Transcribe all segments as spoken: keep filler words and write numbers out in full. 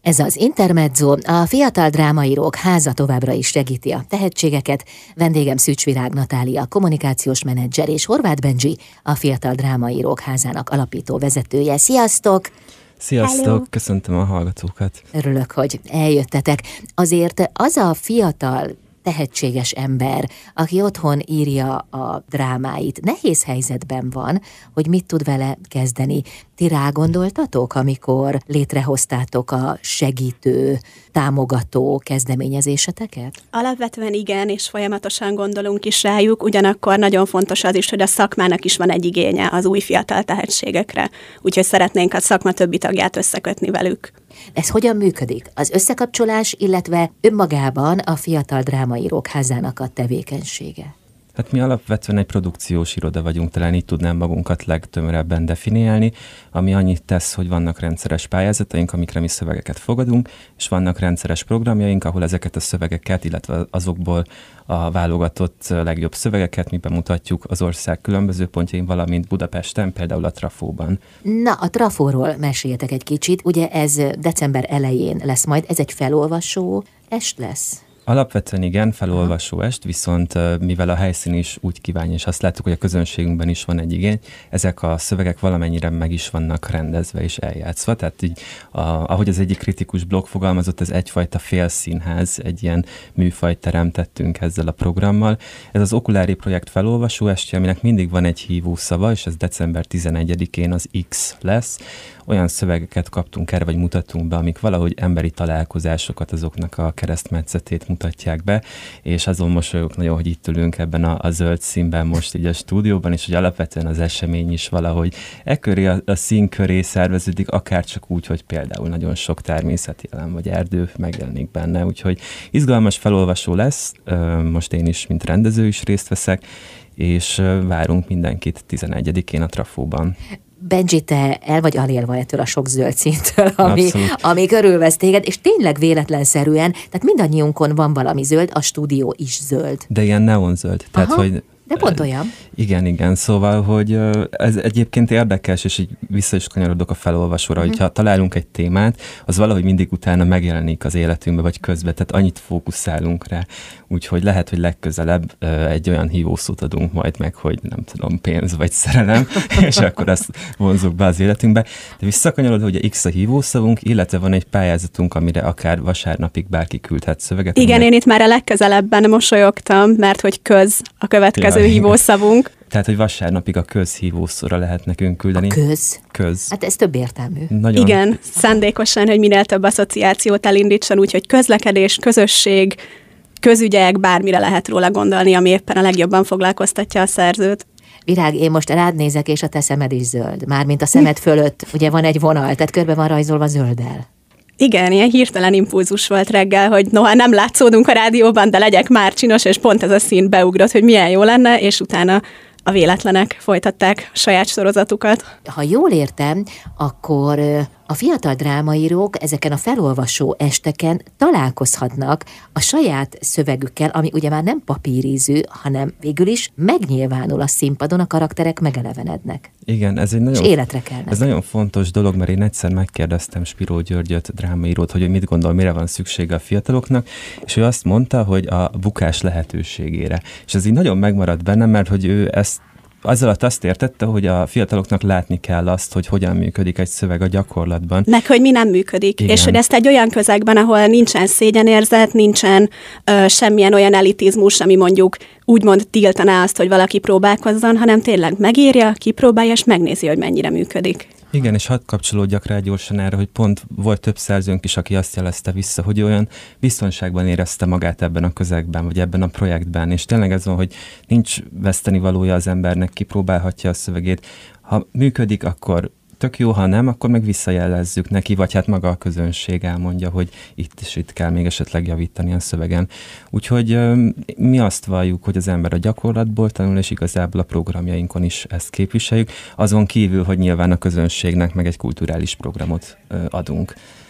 Ez az Intermezzo, a Fiatal Drámaírók Háza továbbra is segíti a tehetségeket. Vendégem Szűcs Virág Natália, kommunikációs menedzser, és Horváth Benji, a Fiatal Drámaírók Házának alapító vezetője. Sziasztok! Sziasztok! Hello. Köszöntöm a hallgatókat! Örülök, hogy eljöttetek. Azért az a fiatal, tehetséges ember, aki otthon írja a drámáit, nehéz helyzetben van, hogy mit tud vele kezdeni. Ti rágondoltatok, amikor létrehoztátok a segítő, támogató kezdeményezéseteket? Alapvetően igen, és folyamatosan gondolunk is rájuk, ugyanakkor nagyon fontos az is, hogy a szakmának is van egy igénye az új fiatal tehetségekre, úgyhogy szeretnénk a szakma többi tagját összekötni velük. Ez hogyan működik? Az összekapcsolás, illetve önmagában a Fiatal Drámaírók Házának a tevékenysége? Hát mi alapvetően egy produkciós iroda vagyunk, talán így tudnám magunkat legtömörebben definiálni, ami annyit tesz, hogy vannak rendszeres pályázataink, amikre mi szövegeket fogadunk, és vannak rendszeres programjaink, ahol ezeket a szövegeket, illetve azokból a válogatott legjobb szövegeket mi bemutatjuk az ország különböző pontjain, valamint Budapesten, például a Trafóban. Na, a Trafóról meséljetek egy kicsit, ugye ez december elején lesz majd, ez egy felolvasó est lesz. Alapvetően igen, felolvasó est, viszont mivel a helyszín is úgy kívánja, és azt láttuk, hogy a közönségünkben is van egy igény, ezek a szövegek valamennyire meg is vannak rendezve és eljátszva, tehát így, a, ahogy az egyik kritikus blog fogalmazott, ez egyfajta félszínház, egy ilyen műfajt teremtettünk ezzel a programmal. Ez az Okulári projekt felolvasó estje, aminek mindig van egy hívószava, és ez december tizenegyedikén az X lesz. Olyan szövegeket kaptunk erre, vagy mutattunk be, amik valahogy emberi találkozásokat, azoknak a keresztmetszetét mutatják be, és azon mosolyogok nagyon, hogy itt ülünk ebben a, a zöld színben most így a stúdióban, és hogy alapvetően az esemény is valahogy e köré, a, a szín köré szerveződik, akár csak úgy, hogy például nagyon sok természeti jelen vagy erdő megjelenik benne, úgyhogy izgalmas felolvasó lesz, most én is, mint rendező is részt veszek, és várunk mindenkit tizenegyedikén a Trafóban. Benji, te el vagy alélva ettől a sok zöld színtől, ami, ami körülvesz téged, és tényleg véletlenszerűen, tehát mindannyiunkon van valami zöld, a stúdió is zöld. De ilyen neonzöld. Tehát, Aha, hogy de pont olyan. Igen, igen. Szóval, hogy ez egyébként érdekes, és így vissza is kanyarodok a felolvasóra, uh-huh. hogyha találunk egy témát, az valahogy mindig utána megjelenik az életünkbe, vagy közben, tehát annyit fókuszálunk rá. Úgyhogy lehet, hogy legközelebb egy olyan hívószót adunk majd meg, hogy nem tudom, pénz vagy szerelem, és akkor azt vonzuk be az életünkbe. De visszakanyarodva, hogy a X a hívószavunk, illetve van egy pályázatunk, amire akár vasárnapig bárki küldhet szöveget. Igen, aminek... én itt már a legközelebben mosolyogtam, mert hogy köz a következő ja, hívószavunk. Tehát, hogy vasárnapig a közhívószóra lehet nekünk küldeni. A köz? Köz. Hát ez több értelmű. Nagyon. Igen, szándékosan, hogy minél több asszociációt elindítson, úgyhogy közlekedés, közösség, közügyek, bármire lehet róla gondolni, ami éppen a legjobban foglalkoztatja a szerzőt. Virág, én most rád nézek, és a te szemed is zöld. Mármint a szemed fölött ugye van egy vonal, tehát körbe van rajzolva zölddel. Igen, ilyen hirtelen impulzus volt reggel, hogy noha nem látszódunk a rádióban, de legyek már csinos, és pont ez a szín beugrott, hogy milyen jó lenne, és utána a véletlenek folytatták a saját sorozatukat. Ha jól értem, akkor a fiatal drámaírók ezeken a felolvasó esteken találkozhatnak a saját szövegükkel, ami ugye már nem papírízű, hanem végül is megnyilvánul a színpadon, a karakterek megelevenednek. Igen, ez egy nagyon, és életre kelnek. Ez nagyon fontos dolog, mert én egyszer megkérdeztem Spiró Györgyöt, drámaírót, hogy mit gondol, mire van szüksége a fiataloknak, és ő azt mondta, hogy a bukás lehetőségére. És ez így nagyon megmaradt bennem, mert hogy ő ezt az alatt azt értette, hogy a fiataloknak látni kell azt, hogy hogyan működik egy szöveg a gyakorlatban. Meg, hogy mi nem működik. Igen. És hogy ezt egy olyan közegben, ahol nincsen szégyenérzet, nincsen ö, semmilyen olyan elitizmus, ami mondjuk úgymond tiltaná azt, hogy valaki próbálkozzon, hanem tényleg megírja, kipróbálja, és megnézi, hogy mennyire működik. Igen, és hadd kapcsolódjak rá gyorsan erre, hogy pont volt több szerzőnk is, aki azt jelezte vissza, hogy olyan biztonságban érezte magát ebben a közegben, vagy ebben a projektben, és tényleg ez van, hogy nincs vesztenivalója az embernek, kipróbálhatja a szövegét. Ha működik, akkor tök jó, ha nem, akkor meg visszajelezzük neki, vagy hát maga a közönség elmondja, hogy itt és itt kell még esetleg javítani a szövegen. Úgyhogy mi azt valljuk, hogy az ember a gyakorlatból tanul, és igazából a programjainkon is ezt képviseljük, azon kívül, hogy nyilván a közönségnek meg egy kulturális programot adunk.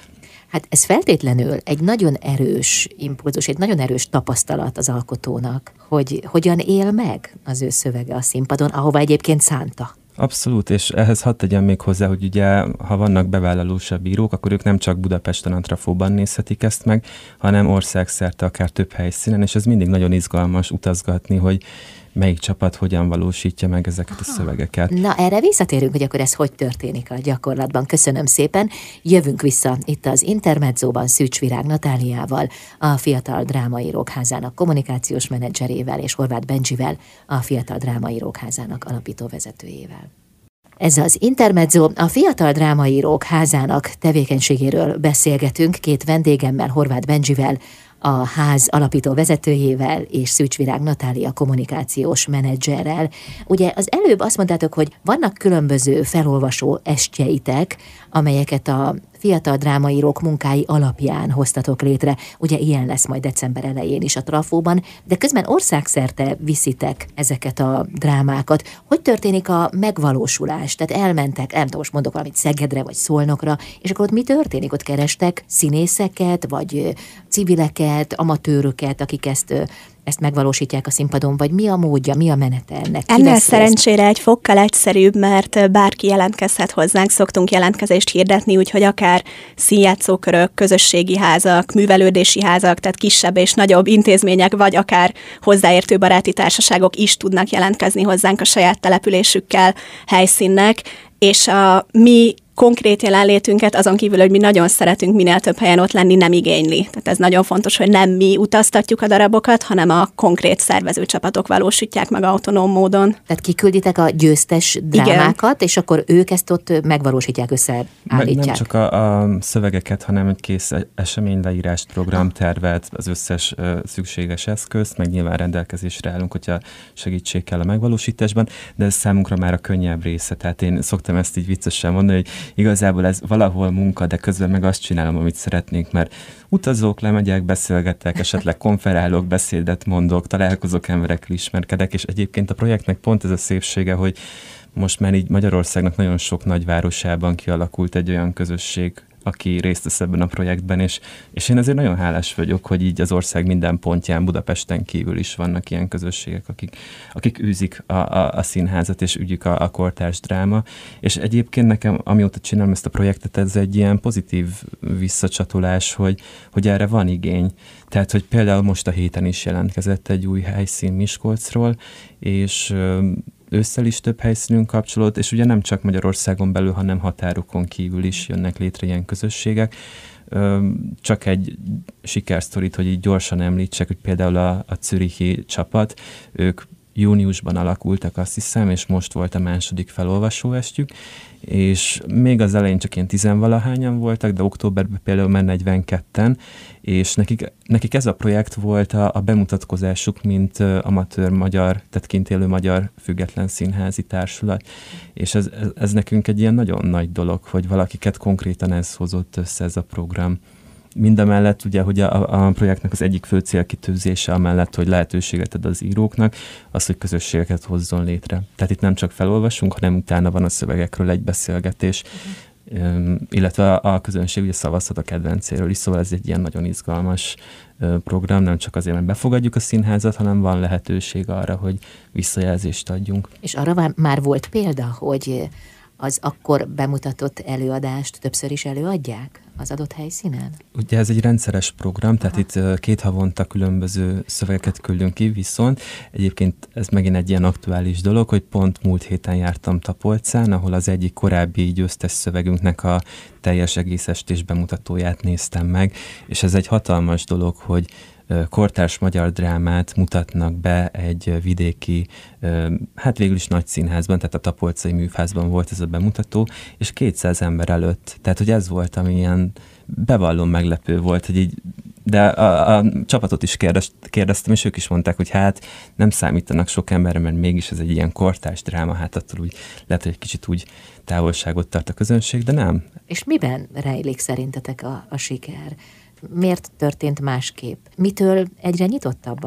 Hát ez feltétlenül egy nagyon erős impulzus, egy nagyon erős tapasztalat az alkotónak, hogy hogyan él meg az ő szövege a színpadon, ahova egyébként szánta. Abszolút, és ehhez hadd tegyem még hozzá, hogy ugye, ha vannak bevállalósabb bírók, akkor ők nem csak Budapesten, a Trafóban nézhetik ezt meg, hanem országszerte, akár több helyszínen, és ez mindig nagyon izgalmas utazgatni, hogy melyik csapat hogyan valósítja meg ezeket Aha. a szövegeket. Na, erre visszatérünk, hogy akkor ez hogy történik a gyakorlatban. Köszönöm szépen. Jövünk vissza itt az Intermedzóban Szűcs Virág Natáliával, a Fiatal Drámaírók Házának kommunikációs menedzserével, és Horváth Bendzsivel, a Fiatal Drámaírók Házának alapító vezetőjével. Ez az Intermezzo, a Fiatal Drámaírók Házának tevékenységéről beszélgetünk két vendégemmel, Horváth Bendzsivel, a ház alapító vezetőjével, és Szűcs Virág Natália kommunikációs menedzserrel. Ugye az előbb azt mondtátok, hogy vannak különböző felolvasó estjeitek, amelyeket a fiatal drámaírók munkái alapján hoztatok létre. Ugye ilyen lesz majd december elején is a Trafóban, de közben országszerte viszitek ezeket a drámákat. Hogy történik a megvalósulás? Tehát elmentek, nem tudom, most mondok valamit, Szegedre vagy Szolnokra, és akkor ott mi történik? Ott kerestek színészeket, vagy civileket, amatőröket, akik ezt ezt megvalósítják a színpadon, vagy mi a módja, mi a menete ennek? Ennél szerencsére egy fokkal egyszerűbb, mert bárki jelentkezhet hozzánk, szoktunk jelentkezést hirdetni, úgyhogy akár színjátszókörök, közösségi házak, művelődési házak, tehát kisebb és nagyobb intézmények, vagy akár hozzáértő baráti társaságok is tudnak jelentkezni hozzánk a saját településükkel, helyszínnek, és a mi konkrét jelenlétünket, azon kívül, hogy mi nagyon szeretünk minél több helyen ott lenni, nem igényli. Tehát ez nagyon fontos, hogy nem mi utaztatjuk a darabokat, hanem a konkrét szervezőcsapatok valósítják meg autonóm módon. Tehát kikülditek a győztes drámákat, igen, és akkor ők ezt ott megvalósítják, összeállítják. Nem csak a, a szövegeket, hanem egy kész eseményleírást, programtervet, az összes uh, szükséges eszközt, meg nyilván rendelkezésre állunk, hogyha segítség kell a megvalósításban, de ez számunkra már a könnyebb része. Tehát én szoktam ezt így viccesen mondani, hogy igazából ez valahol munka, de közben meg azt csinálom, amit szeretnék, mert utazok, lemegyek, beszélgetek, esetleg konferálok, beszédet mondok, találkozok emberekkel, ismerkedek, és egyébként a projektnek pont ez a szépsége, hogy most már így Magyarországnak nagyon sok nagyvárosában kialakult egy olyan közösség, aki részt vesz ebben a projektben, és, és én azért nagyon hálás vagyok, hogy így az ország minden pontján, Budapesten kívül is vannak ilyen közösségek, akik, akik űzik a, a, a színházat, és ügyük a, a kortárs dráma. És egyébként nekem, amióta csinálom ezt a projektet, ez egy ilyen pozitív visszacsatolás, hogy, hogy erre van igény. Tehát, hogy például most a héten is jelentkezett egy új helyszín Miskolcról, és ősszel is több helyszínünk kapcsolódott, és ugye nem csak Magyarországon belül, hanem határokon kívül is jönnek létre ilyen közösségek. Csak egy sikersztorit, hogy így gyorsan említsek, hogy például a, a zürichi csapat, ők júniusban alakultak, azt hiszem, és most volt a második felolvasóestjük, és még az elején csak ilyen tizenvalahányan voltak, de októberben például már negyvenketten, és nekik, nekik ez a projekt volt a, a bemutatkozásuk, mint amatőr magyar, tehát kint élő magyar független színházi társulat, és ez, ez, ez nekünk egy ilyen nagyon nagy dolog, hogy valakiket konkrétan ez hozott össze, ez a program. Mindamellett ugye, hogy a, a projektnek az egyik fő célkitűzése amellett, hogy lehetőséget ad az íróknak, az, hogy közösségeket hozzon létre. Tehát itt nem csak felolvasunk, hanem utána van a szövegekről egy beszélgetés, uh-huh. um, illetve a, a közönség ugye szavazhat a kedvencéről is, szóval ez egy ilyen nagyon izgalmas uh, program, nem csak azért, mert befogadjuk a színházat, hanem van lehetőség arra, hogy visszajelzést adjunk. És arra már volt példa, hogy az akkor bemutatott előadást többször is előadják az adott helyszínen? Ugye ez egy rendszeres program, tehát Aha. itt két havonta különböző szövegeket küldünk ki, viszont egyébként ez megint egy ilyen aktuális dolog, hogy pont múlt héten jártam Tapolcán, ahol az egyik korábbi győztes szövegünknek a teljes egész estés bemutatóját néztem meg, és ez egy hatalmas dolog, hogy kortárs magyar drámát mutatnak be egy vidéki, hát végül is nagy színházban, tehát a Tapolcai Műfázban volt ez a bemutató, és kétszáz ember előtt. Tehát, hogy ez volt, ami ilyen bevallom meglepő volt, hogy így, de a, a csapatot is kérdez, kérdeztem, és ők is mondták, hogy hát nem számítanak sok emberre, mert mégis ez egy ilyen kortárs dráma, hát attól úgy lehet, hogy egy kicsit úgy távolságot tart a közönség, de nem. És miben rejlik szerintetek a, a siker? Miért történt másképp? Mitől egyre nyitottabb a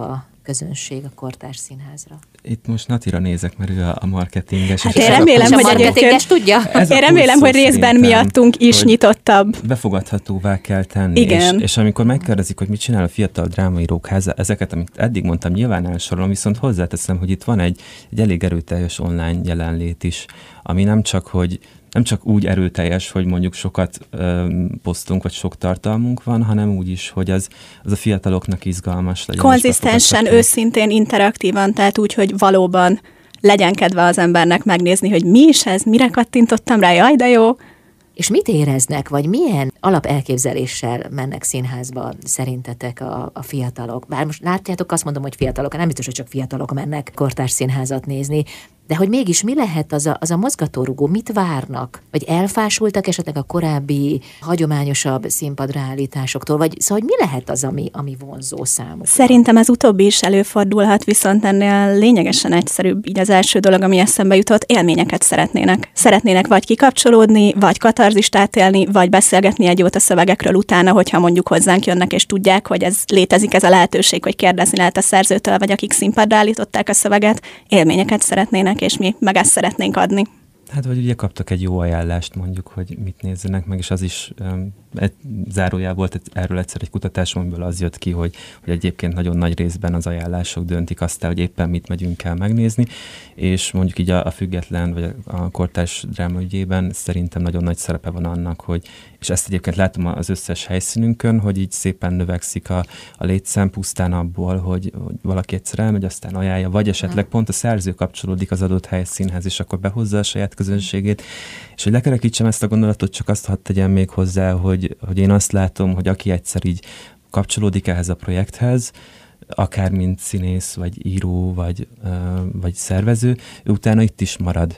közönség a Kortárs Színházra? Itt most Natira nézek, mert ő a, a marketinges. Hát én remélem, hogy egyébként tudja. Én remélem, hogy részben miattunk is nyitottabb. Befogadhatóvá kell tenni. Igen. És, és amikor megkérdezik, hogy mit csinál a Fiatal Drámaírók Háza, ezeket, amit eddig mondtam, nyilván elsorolom, viszont hozzáteszem, hogy itt van egy, egy elég erőteljes online jelenlét is, ami nem csak, hogy nem csak úgy erőteljes, hogy mondjuk sokat ö, posztunk, vagy sok tartalmunk van, hanem úgy is, hogy az, az a fiataloknak izgalmas legyen. Konzisztensen, őszintén, interaktívan, tehát úgy, hogy valóban legyen kedve az embernek megnézni, hogy mi is ez, mire kattintottam rá, jaj, de jó. És mit éreznek, vagy milyen alapelképzeléssel mennek színházba szerintetek a, a fiatalok? Bár most látjátok, azt mondom, hogy fiatalok, nem biztos, hogy csak fiatalok mennek Kortárs Színházat nézni, de hogy mégis mi lehet az a, az a mozgatórugó, mit várnak? Vagy elfásultak esetleg a korábbi, hagyományosabb színpadráállításoktól? Vagy szóval, hogy mi lehet az, ami, ami vonzó számukra? Szerintem ez utóbbi is előfordulhat, viszont ennél lényegesen egyszerűbb, így az első dolog, ami eszembe jutott, élményeket szeretnének. Szeretnének vagy kikapcsolódni, vagy katarzist átélni, vagy beszélgetni egy jót a szövegekről utána, hogyha mondjuk hozzánk jönnek és tudják, hogy ez létezik ez a lehetőség, hogy kérdezni lehet a szerzőtől, vagy akik színpadra állították a szöveget, élményeket szeretnének, és mi meg ezt szeretnénk adni. Hát, vagy ugye kaptak egy jó ajánlást mondjuk, hogy mit nézzenek meg, és az is um, egy zárójel volt erről egyszer egy kutatás, amiből az jött ki, hogy, hogy egyébként nagyon nagy részben az ajánlások döntik azt el, hogy éppen mit megyünk el megnézni, és mondjuk így a, a független, vagy a kortárs dráma ügyében szerintem nagyon nagy szerepe van annak, hogy, és ezt egyébként látom az összes helyszínünkön, hogy így szépen növekszik a, a létszám pusztán abból, hogy, hogy valaki egyszer elmegy, aztán ajánlja, vagy esetleg pont a szerző kapcsolódik az adott helyszínhez, és akkor behozza a saját közönségét. És hogy lekerekítsem ezt a gondolatot, csak azt hadd tegyem még hozzá, hogy, hogy én azt látom, hogy aki egyszer így kapcsolódik ehhez a projekthez, akár mint színész, vagy író, vagy, uh, vagy szervező, ő utána itt is marad,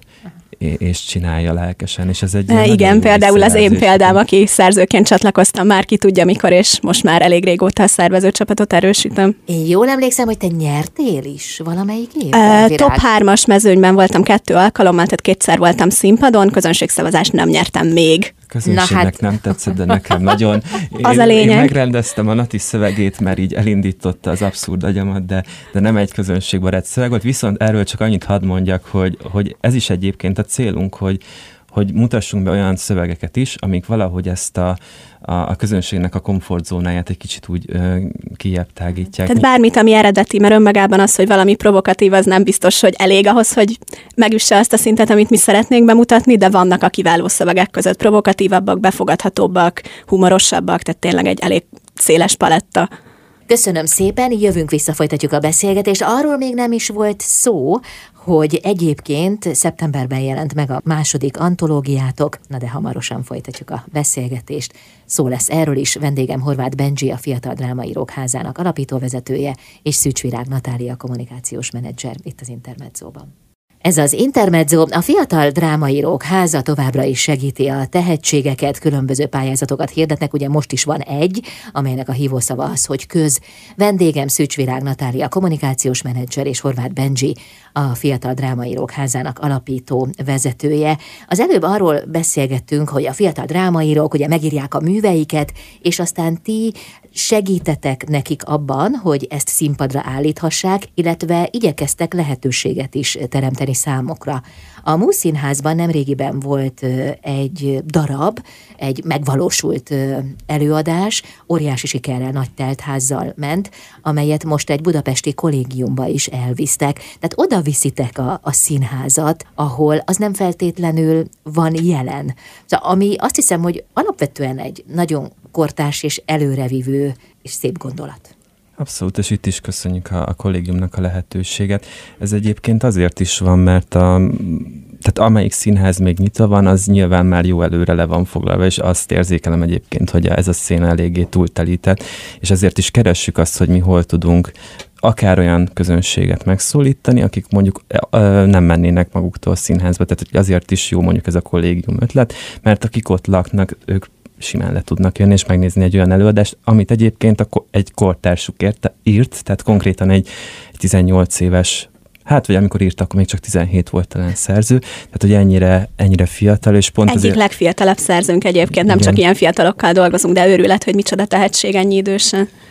és csinálja lelkesen, és ez egy... E, igen, például az én példám, aki szerzőként csatlakoztam már, ki tudja mikor, és most már elég régóta a szervezőcsapatot erősítem. Én jól emlékszem, hogy te nyertél is valamelyik évben? E, top hármas mezőnyben voltam kettő alkalommal, tehát kétszer voltam színpadon, közönségszavazást nem nyertem még. Közönségnek hát... nem tetszett, de nekem nagyon. Én, az a lényeg. Én megrendeztem a Nati szövegét, mert így elindította az abszurd agyamat, de, de nem egy közönségbarát szöveg volt, viszont erről csak annyit hadd mondjak, hogy, hogy ez is egyébként a célunk, hogy, hogy mutassunk be olyan szövegeket is, amik valahogy ezt a, a, a közönségnek a komfortzónáját egy kicsit úgy ö, kijebb tágítják. Tehát bármit, ami eredeti, mert önmagában az, hogy valami provokatív, az nem biztos, hogy elég ahhoz, hogy megüsse azt a szintet, amit mi szeretnénk bemutatni, de vannak a kiváló szövegek között provokatívabbak, befogadhatóbbak, humorosabbak, tehát tényleg egy elég széles paletta. Köszönöm szépen, jövünk vissza, folytatjuk a beszélgetést. Arról még nem is volt szó, hogy egyébként szeptemberben jelent meg a második antológiátok, na de hamarosan folytatjuk a beszélgetést. Szó lesz erről is, vendégem Horváth Benji, a Fiatal Drámaírók Házának alapítóvezetője, és Szűcs Virág Natália, kommunikációs menedzser itt az Intermedzóban. Ez az Intermezzo, a Fiatal Drámaírók Háza továbbra is segíti a tehetségeket, különböző pályázatokat hirdetnek, ugye most is van egy, amelynek a hívószava az, hogy köz. Vendégem Szűcs Virág Natália, kommunikációs menedzser, és Horváth Benji, a Fiatal Drámaírók Házának alapító vezetője. Az előbb arról beszélgettünk, hogy a fiatal drámaírók ugye megírják a műveiket, és aztán ti segítetek nekik abban, hogy ezt színpadra állíthassák, illetve igyekeztek lehetőséget is teremteni számokra. A Múszínházban nemrégiben volt egy darab, egy megvalósult előadás, óriási sikerrel, nagy teltházzal ment, amelyet most egy budapesti kollégiumba is elvisztek. Tehát oda viszitek a, a színházat, ahol az nem feltétlenül van jelen. Szóval, ami azt hiszem, hogy alapvetően egy nagyon kortárs és előrevívő és szép gondolat. Abszolút, és itt is köszönjük a, a kollégiumnak a lehetőséget. Ez egyébként azért is van, mert a, tehát amelyik színház még nyitva van, az nyilván már jó előre le van foglalva, és azt érzékelem egyébként, hogy ez a széna eléggé túltelített, és ezért is keressük azt, hogy mi hol tudunk akár olyan közönséget megszólítani, akik mondjuk ö, nem mennének maguktól a színházba, tehát azért is jó mondjuk ez a kollégium ötlet, mert akik ott laknak, ők simán le tudnak jönni és megnézni egy olyan előadást, amit egyébként a, egy kortársuk érte, írt, tehát konkrétan egy, egy tizennyolc éves, hát vagy amikor írt, akkor még csak tizenhét volt talán szerző, tehát hogy ennyire, ennyire fiatal, és pont Egyik azért... legfiatalabb szerzőnk egyébként, nem Igen. csak ilyen fiatalokkal dolgozunk, de őrület, hogy micsoda tehetség ennyi idősen.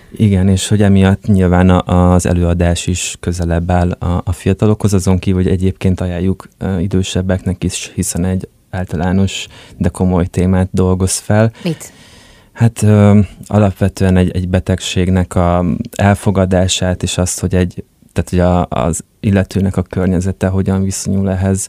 Igen, és hogy emiatt nyilván az előadás is közelebb áll a, a fiatalokhoz, azon kívül, hogy egyébként ajánljuk idősebbeknek is, hiszen egy általános, de komoly témát dolgoz fel. Mit? Hát ö, alapvetően egy, egy betegségnek a elfogadását, és azt, hogy egy, tehát hogy a, az illetőnek a környezete hogyan viszonyul ehhez.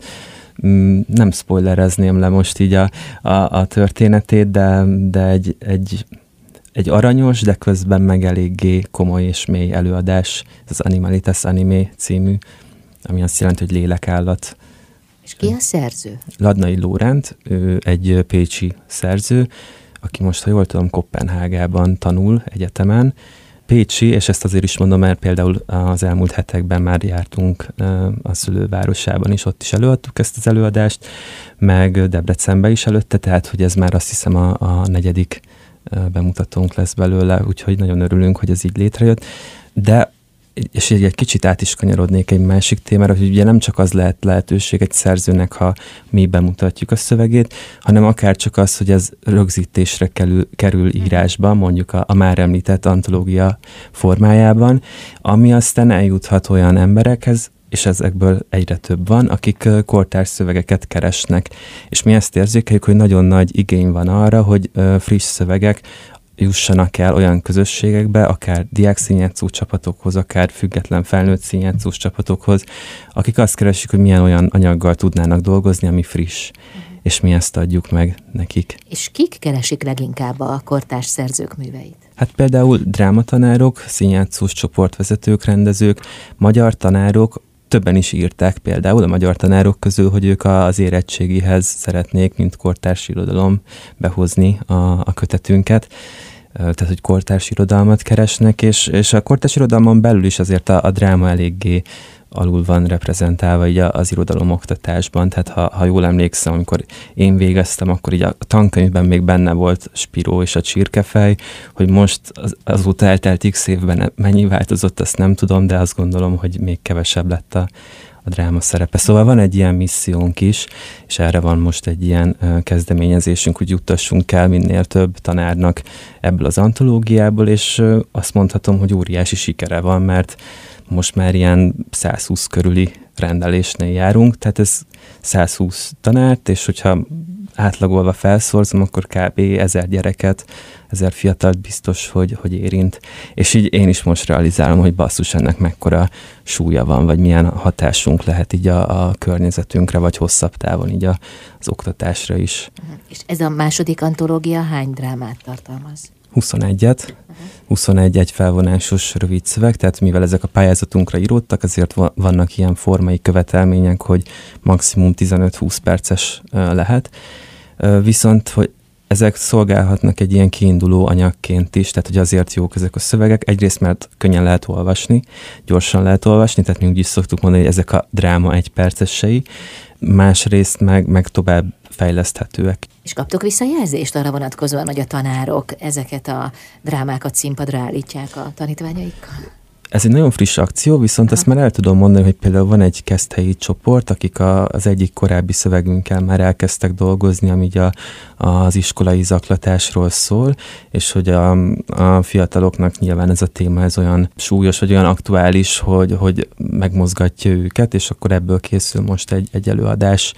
Nem spoilerezném le most így a, a, a történetét, de, de egy, egy, egy aranyos, de közben meg eléggé komoly és mély előadás, az Animalitas Animé című, ami azt jelenti, hogy lélekállat. És ki a szerző? Ladnai Lóránt, ő egy pécsi szerző, aki most, ha jól tudom, Koppenhágában tanul egyetemen. Pécsi, és ezt azért is mondom, mert például az elmúlt hetekben már jártunk a szülővárosában is, ott is előadtuk ezt az előadást, meg Debrecenbe is előtte, tehát hogy ez már azt hiszem a, a negyedik bemutatónk lesz belőle, úgyhogy nagyon örülünk, hogy ez így létrejött. De és egy kicsit át is kanyarodnék egy másik témára, hogy ugye nem csak az lehet lehetőség egy szerzőnek, ha mi bemutatjuk a szövegét, hanem akár csak az, hogy ez rögzítésre kerül, kerül írásba, mondjuk a, a már említett antológia formájában, ami aztán eljuthat olyan emberekhez, és ezekből egyre több van, akik kortárs szövegeket keresnek. És mi ezt érzékeljük, hogy nagyon nagy igény van arra, hogy friss szövegek jussanak el olyan közösségekbe, akár diákszínjátszó csapatokhoz, akár független felnőtt színjátszós csapatokhoz, akik azt keresik, hogy milyen olyan anyaggal tudnának dolgozni, ami friss. Uh-huh. És mi ezt adjuk meg nekik. És kik keresik leginkább a kortárs szerzők műveit? Hát például drámatanárok, színjátszós csoportvezetők, rendezők, magyar tanárok, többen is írták például a magyar tanárok közül, hogy ők az érettségihez szeretnék, mint kortárs irodalom behozni a, a kötetünket. Tehát, hogy kortárs irodalmat keresnek, és, és a kortárs irodalmon belül is azért a, a dráma eléggé alul van reprezentálva így az irodalom oktatásban. Tehát ha, ha jól emlékszem, amikor én végeztem, akkor így a tankönyvben még benne volt Spiró és a csirkefej, hogy most az, azóta eltelt x évben mennyi változott, azt nem tudom, de azt gondolom, hogy még kevesebb lett a, a dráma szerepe. Szóval van egy ilyen missziónk is, és erre van most egy ilyen uh, kezdeményezésünk, hogy juttassunk el minél több tanárnak ebből az antológiából, és uh, azt mondhatom, hogy óriási sikere van, mert most már ilyen száz húsz körüli rendelésnél járunk, tehát ez száz húsz tanárt, és hogyha átlagolva felszorzom, akkor kb. ezer gyereket, ezer fiatalt biztos, hogy, hogy érint. És így én is most realizálom, hogy basszus, ennek mekkora súlya van, vagy milyen hatásunk lehet így a, a környezetünkre, vagy hosszabb távon így a, az oktatásra is. És ez a második antológia hány drámát tartalmaz? huszonegyet, uh-huh. huszonegy egy felvonásos rövid szöveg, tehát mivel ezek a pályázatunkra íródtak, azért vannak ilyen formai követelmények, hogy maximum tizenöt-húsz perces lehet. Viszont, hogy ezek szolgálhatnak egy ilyen kiinduló anyagként is, tehát hogy azért jók ezek a szövegek. Egyrészt, mert könnyen lehet olvasni, gyorsan lehet olvasni, tehát mi úgy is szoktuk mondani, hogy ezek a dráma egypercesei. Másrészt meg, meg tovább fejleszthetőek. És kaptok visszajelzést arra vonatkozóan, hogy a tanárok ezeket a drámákat színpadra állítják a tanítványaikkal? Ez egy nagyon friss akció, viszont ha. Ezt már el tudom mondani, hogy például van egy keszthelyi csoport, akik a, az egyik korábbi szövegünkkel már elkezdtek dolgozni, ami a, az iskolai zaklatásról szól, és hogy a, a fiataloknak nyilván ez a téma ez olyan súlyos, vagy olyan aktuális, hogy, hogy megmozgatja őket, és akkor ebből készül most egy, egy előadás.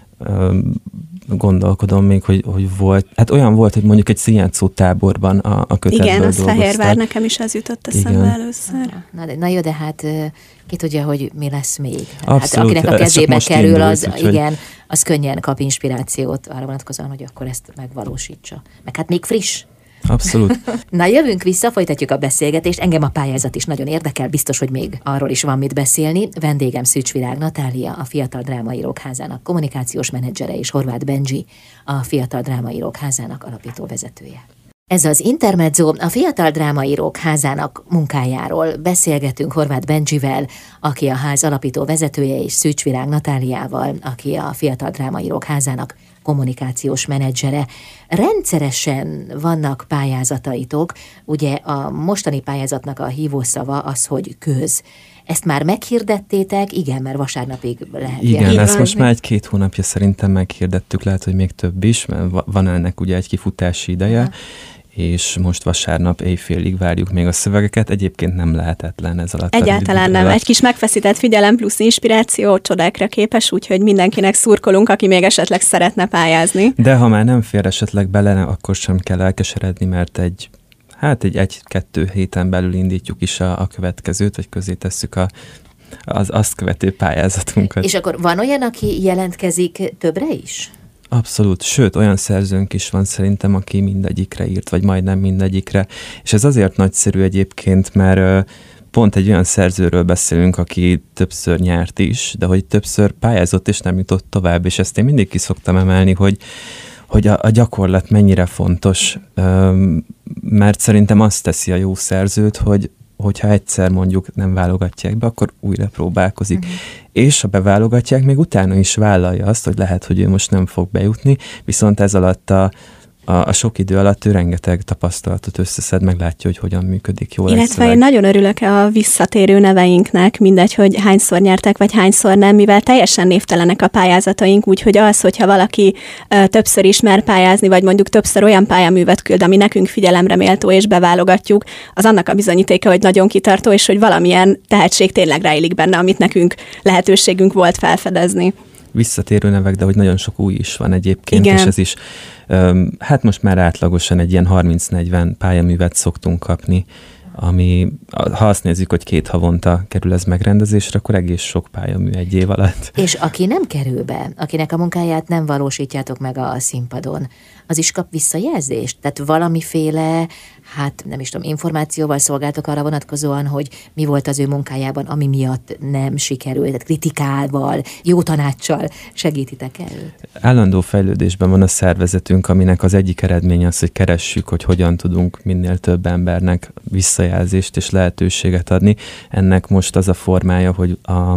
Gondolkodom még, hogy, hogy volt, hát olyan volt, hogy mondjuk egy színjátszó táborban a, a kötetből igen, az dolgozták. Fehérvár, nekem is ez jutott eszembe először. Na, de, na jó, de hát ki tudja, hogy mi lesz még. Abszolút, hát akinek a kezébe kerül, indult, az, úgyhogy... igen, az könnyen kap inspirációt arra vonatkozóan, hogy akkor ezt megvalósítsa. Meg hát még friss. Abszolút. Na, jövünk vissza, folytatjuk a beszélgetést. Engem a pályázat is nagyon érdekel, biztos, hogy még arról is van mit beszélni. Vendégem Szűcs Virág Natália, a Fiatal Drámaírók Házának kommunikációs menedzsere, és Horváth Benji, a Fiatal Drámaírók Házának alapító vezetője. Ez az Intermezzo, a Fiatal Drámaírók Házának munkájáról. Beszélgetünk Horváth Benjivel, aki a ház alapító vezetője, és Szűcs Virág Natáliával, aki a Fiatal Drámaírók Házának kommunikációs menedzsere. Rendszeresen vannak pályázataitok, ugye a mostani pályázatnak a hívószava az, hogy köz. Ezt már meghirdettétek? Igen, mert vasárnapig lehet. Igen, jelenteni. Ezt most már egy-két hónapja szerintem meghirdettük, lehet, hogy még több is, mert van ennek ugye egy kifutási ideje, aha. és most vasárnap éjfélig várjuk még a szövegeket. Egyébként nem lehetetlen ez alatt. Egyáltalán nem. Egy kis megfeszített figyelem plusz inspiráció csodákra képes, úgyhogy mindenkinek szurkolunk, aki még esetleg szeretne pályázni. De ha már nem fér esetleg bele, akkor sem kell elkeseredni, mert egy hát egy egy-kettő héten belül indítjuk is a, a következőt, vagy közé tesszük a az azt követő pályázatunkat. És akkor van olyan, aki jelentkezik többre is? Abszolút, sőt, olyan szerzőnk is van szerintem, aki mindegyikre írt, vagy majdnem mindegyikre. És ez azért nagyszerű egyébként, mert pont egy olyan szerzőről beszélünk, aki többször nyert is, de hogy többször pályázott és nem jutott tovább, és ezt én mindig ki szoktam emelni, hogy hogy a, a gyakorlat mennyire fontos, mert szerintem azt teszi a jó szerzőt, hogy hogyha egyszer mondjuk nem válogatják be, akkor újra próbálkozik. Uh-huh. És ha beválogatják, még utána is vállalja azt, hogy lehet, hogy ő most nem fog bejutni, viszont ez alatt a, a, a sok idő alatt ő rengeteg tapasztalatot összeszed, meglátja, hogy hogyan működik jól. Illetve én nagyon örülök a visszatérő neveinknek, mindegy, hogy hányszor nyertek, vagy hányszor nem, mivel teljesen névtelenek a pályázataink, úgyhogy az, hogyha valaki ö, többször is mer pályázni, vagy mondjuk többször olyan pályaművet küld, ami nekünk figyelemre méltó, és beválogatjuk, az annak a bizonyítéka, hogy nagyon kitartó, és hogy valamilyen tehetség tényleg rejlik benne, amit nekünk lehetőségünk volt felfedezni. Visszatérő nevek, de hogy nagyon sok új is van egyébként, igen. És ez is, um, hát most már átlagosan egy ilyen harminc-negyven pályaművet szoktunk kapni, ami, ha azt nézzük, hogy két havonta kerül ez megrendezésre, akkor egész sok pályamű egy év alatt. És aki nem kerül be, akinek a munkáját nem valósítjátok meg a színpadon, az is kap visszajelzést? Tehát valamiféle, hát nem is tudom, információval szolgáltok arra vonatkozóan, hogy mi volt az ő munkájában, ami miatt nem sikerült, tehát kritikával, jó tanácssal segítitek el? Állandó fejlődésben van a szervezetünk, aminek az egyik eredménye az, hogy keressük, hogy hogyan tudunk minél több embernek visszajelzést és lehetőséget adni. Ennek most az a formája, hogy a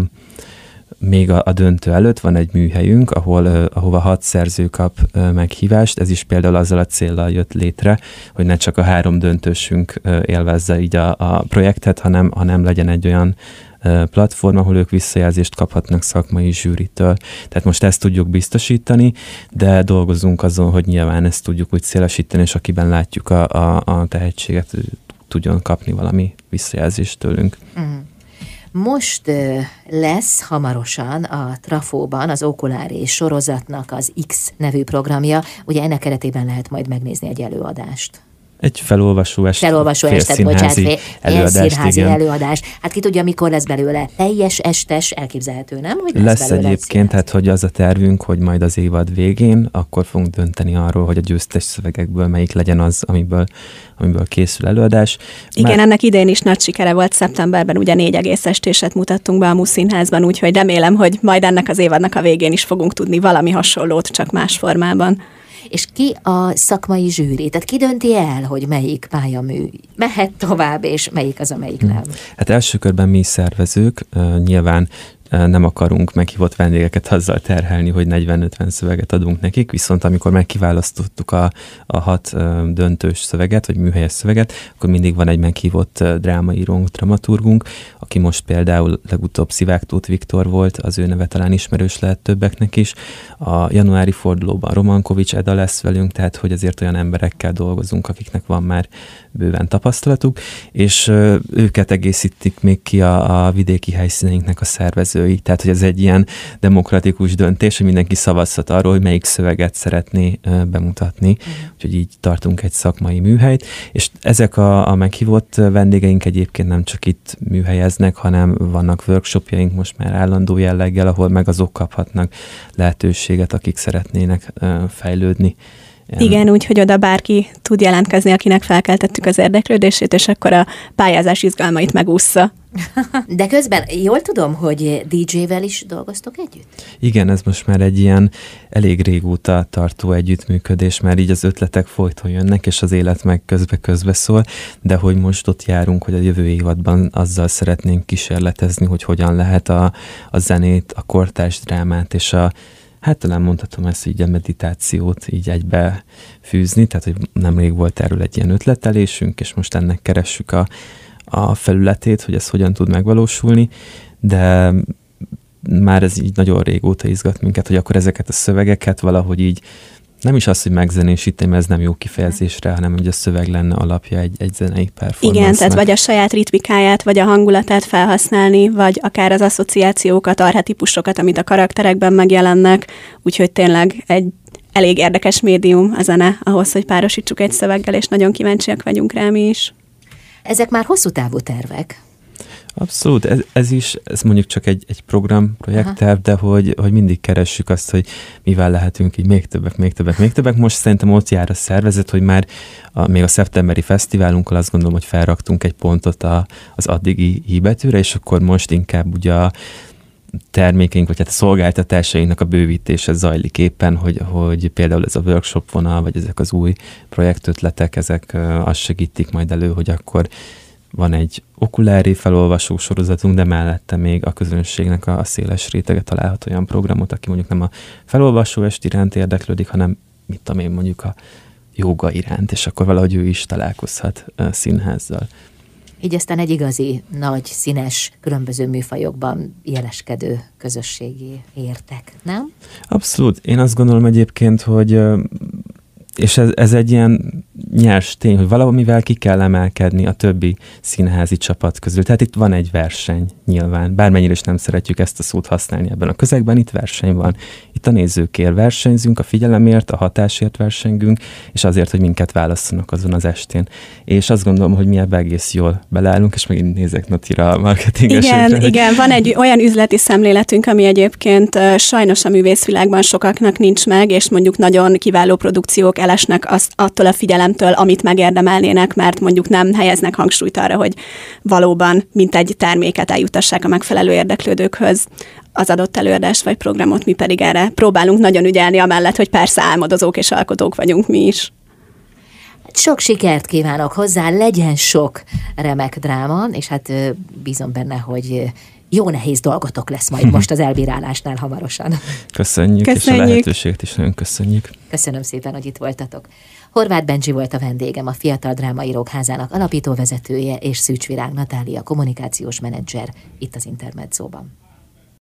még a, a döntő előtt van egy műhelyünk, ahol, uh, ahova hat szerző kap uh, meghívást, ez is például azzal a céllal jött létre, hogy ne csak a három döntősünk uh, élvezze így a, a projektet, hanem, hanem legyen egy olyan uh, platform, ahol ők visszajelzést kaphatnak szakmai zsűritől. Tehát most ezt tudjuk biztosítani, de dolgozunk azon, hogy nyilván ezt tudjuk úgy szélesíteni, és akiben látjuk a, a, a tehetséget, tudjon kapni valami visszajelzést tőlünk. Mm. Most ö, lesz hamarosan a Trafóban az Oculári sorozatnak az X nevű programja, ugye ennek keretében lehet majd megnézni egy előadást. Egy felolvasó est, felolvasó estet, bocsánat, fél, előadást, színházi előadás. Hát ki tudja, mikor lesz belőle teljes estes, elképzelhető, nem? Hogy lesz, lesz egyébként, tehát hogy az a tervünk, hogy majd az évad végén, akkor fogunk dönteni arról, hogy a győztes szövegekből melyik legyen az, amiből, amiből készül előadás. Igen, Már... ennek idén is nagy sikere volt szeptemberben, ugye négy egész estéset mutattunk be a MUSZ Színházban, úgyhogy remélem, hogy majd ennek az évadnak a végén is fogunk tudni valami hasonlót, csak más formában. És ki a szakmai zsűri? Tehát ki dönti el, hogy melyik pályamű mehet tovább, és melyik az, amelyik nem? Hát első körben mi szervezők, uh, nyilván uh, nem akarunk meghívott vendégeket azzal terhelni, hogy negyven-ötven szöveget adunk nekik, viszont amikor megkiválasztottuk a, a hat uh, döntős szöveget, vagy műhelyes szöveget, akkor mindig van egy meghívott uh, drámaírónk, dramaturgunk, aki most például legutóbb Szivák Tóth Viktor volt, az ő neve talán ismerős lehet többeknek is. A januári fordulóban Romankovics Eda lesz velünk, tehát hogy azért olyan emberekkel dolgozunk, akiknek van már bőven tapasztalatuk, és uh, őket egészítik még ki a, a vidéki helyszíneinknek a szervezői, tehát hogy ez egy ilyen demokratikus döntés, hogy mindenki szavazhat arról, hogy melyik szöveget szeretné uh, bemutatni, uh-huh. Úgyhogy így tartunk egy szakmai műhelyt, és ezek a, a meghívott vendégeink egyébként nem csak itt műhelyeznek, hanem vannak workshopjaink most már állandó jelleggel, ahol meg azok kaphatnak lehetőséget, akik szeretnének uh, fejlődni. Igen, úgyhogy oda bárki tud jelentkezni, akinek felkeltettük az érdeklődését, és akkor a pályázás izgalmait megúszza. De közben jól tudom, hogy dé dzsével is dolgoztok együtt? Igen, ez most már egy ilyen elég régóta tartó együttműködés, mert így az ötletek folyton jönnek, és az élet meg közbe-közbe szól, de hogy most ott járunk, hogy a jövő évadban azzal szeretnénk kísérletezni, hogy hogyan lehet a, a zenét, a kortárs drámát és a hát talán mondhatom ezt így a meditációt így egybe fűzni, tehát hogy nemrég volt erről egy ilyen ötletelésünk, és most ennek keressük a, a felületét, hogy ez hogyan tud megvalósulni, de már ez így nagyon régóta izgat minket, hogy akkor ezeket a szövegeket valahogy így Nem is az, hogy megzenésíteni, mert ez nem jó kifejezésre, hanem hogy a szöveg lenne alapja egy, egy zenei performance-nak. Igen, tehát vagy a saját ritmikáját, vagy a hangulatát felhasználni, vagy akár az asszociációkat, archetipusokat, amit a karakterekben megjelennek, úgyhogy tényleg egy elég érdekes médium a zene ahhoz, hogy párosítsuk egy szöveggel, és nagyon kíváncsiak vagyunk rá mi is. Ezek már hosszú távú tervek. Abszolút, ez, ez is, ez mondjuk csak egy, egy program, projektterv, de hogy, hogy mindig keressük azt, hogy mivel lehetünk így még többek, még többek, még többek. Most szerintem ott jár a szervezet, hogy már a, még a szeptemberi fesztiválunkkal azt gondolom, hogy felraktunk egy pontot a, az addigi i betűre, és akkor most inkább ugye a termékeink, vagy hát a szolgáltatásainknak a bővítése zajlik éppen, hogy, hogy például ez a workshop vonal, vagy ezek az új projektötletek, ezek azt segítik majd elő, hogy akkor van egy okulári felolvasó sorozatunk, de mellette még a közönségnek a, a széles rétege találhat olyan programot, aki mondjuk nem a felolvasó est iránt érdeklődik, hanem mit tudom én, mondjuk a jóga iránt, és akkor valahogy ő is találkozhat a színházzal. Így aztán egy igazi, nagy, színes, különböző műfajokban jeleskedő közösségé értek, nem? Abszolút. Én azt gondolom egyébként, hogy és ez, ez egy ilyen nyers tény, hogy valamivel ki kell emelkedni a többi színházi csapat közül. Tehát itt van egy verseny nyilván. Bármennyire is nem szeretjük ezt a szót használni ebben a közegben, itt verseny van. Itt a nézőkért versenyzünk, a figyelemért, a hatásért versengünk, és azért, hogy minket válasszanak azon az estén. És azt gondolom, hogy mi ebbe egész jól beleállunk, és megint nézek Natira a marketingesekre. Igen, hogy... igen, van egy olyan üzleti szemléletünk, ami egyébként uh, sajnos a művészvilágban sokaknak nincs meg, és mondjuk nagyon kiváló produkciók elesnek azt, attól a figyelemtől, amit megérdemelnének, mert mondjuk nem helyeznek hangsúlyt arra, hogy valóban mint egy terméket eljutassák a megfelelő érdeklődőkhöz az adott előadás vagy programot, mi pedig erre próbálunk nagyon ügyelni, amellett, hogy persze álmodozók és alkotók vagyunk mi is. Sok sikert kívánok hozzá, legyen sok remek dráma, és hát bízom benne, hogy jó nehéz dolgotok lesz majd most az elbírálásnál hamarosan. Köszönjük, köszönjük, és a lehetőséget is nagyon köszönjük. Köszönöm szépen, hogy itt voltatok. Horváth Bendzsi volt a vendégem, a Fiatal Drámaírók Házának alapítóvezetője, és Szűcs Virág Natália kommunikációs menedzser itt az Intermedzóban.